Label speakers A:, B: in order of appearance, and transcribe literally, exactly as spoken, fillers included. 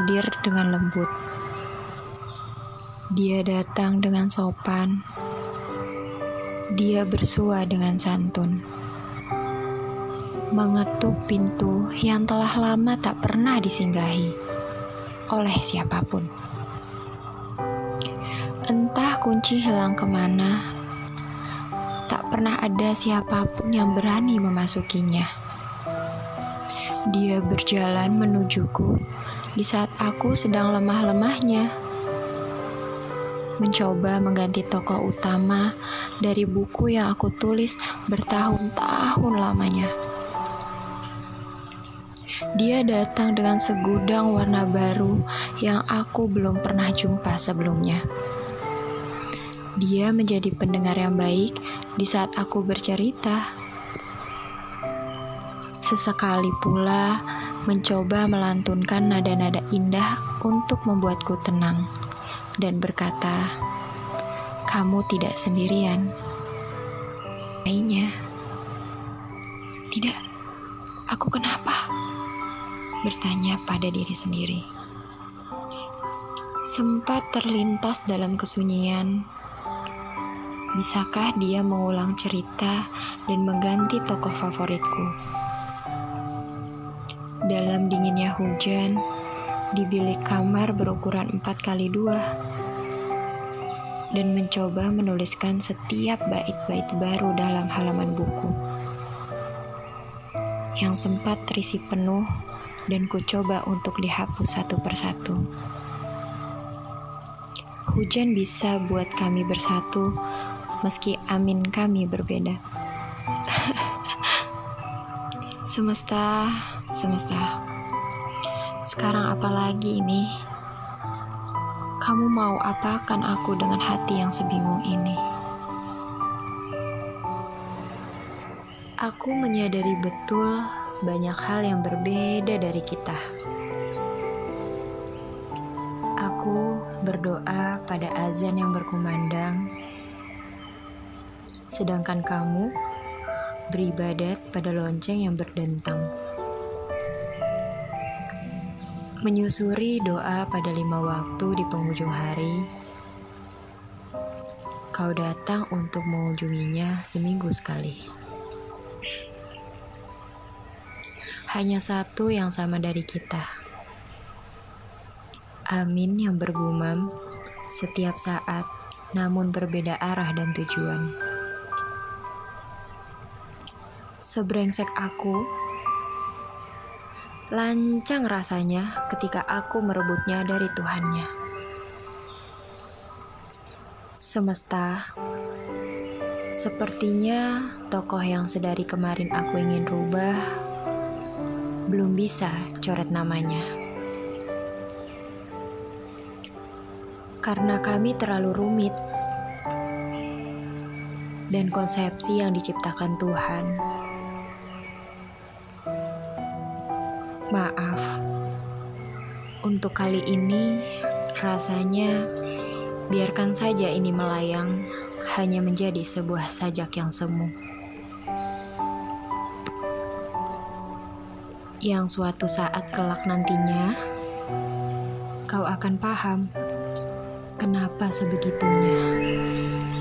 A: hadir dengan lembut. Dia datang dengan sopan. Dia bersua dengan santun. Mengetuk pintu yang telah lama tak pernah disinggahi oleh siapapun. Entah kunci hilang kemana, tak pernah ada siapapun yang berani memasukinya. Dia berjalan menujuku di saat aku sedang lemah-lemahnya, mencoba mengganti tokoh utama dari buku yang aku tulis bertahun-tahun lamanya. Dia datang dengan segudang warna baru yang aku belum pernah jumpa sebelumnya. Dia menjadi pendengar yang baik di saat aku bercerita. Sesekali pula mencoba melantunkan nada-nada indah untuk membuatku tenang dan berkata, "Kamu tidak sendirian." Lainnya, "Tidak, aku kenapa?" bertanya pada diri sendiri. Sempat terlintas dalam kesunyian, bisakah dia mengulang cerita dan mengganti tokoh favoritku? Dalam dinginnya hujan, di bilik kamar berukuran empat kali dua, dan mencoba menuliskan setiap bait-bait baru dalam halaman buku yang sempat terisi penuh dan ku coba untuk dihapus satu persatu. Hujan bisa buat kami bersatu, meski amin kami berbeda. Semesta, semesta, sekarang apa lagi ini? Kamu mau apakan aku dengan hati yang sebingung ini? Aku menyadari betul banyak hal yang berbeda dari kita. Aku berdoa pada azan yang berkumandang, sedangkan kamu beribadat pada lonceng yang berdentang. Menyusuri doa pada lima waktu di penghujung hari, kau datang untuk mengunjunginya seminggu sekali. Hanya satu yang sama dari kita. Amin yang bergumam setiap saat, namun berbeda arah dan tujuan. Sebrengsek aku, lancang rasanya ketika aku merebutnya dari Tuhannya. Semesta, sepertinya tokoh yang sedari kemarin aku ingin rubah belum bisa coret namanya. Karena kami terlalu rumit dan konsepsi yang diciptakan Tuhan. Maaf, untuk kali ini rasanya biarkan saja ini melayang hanya menjadi sebuah sajak yang semu. Yang suatu saat kelak nantinya, kau akan paham kenapa sebegitunya.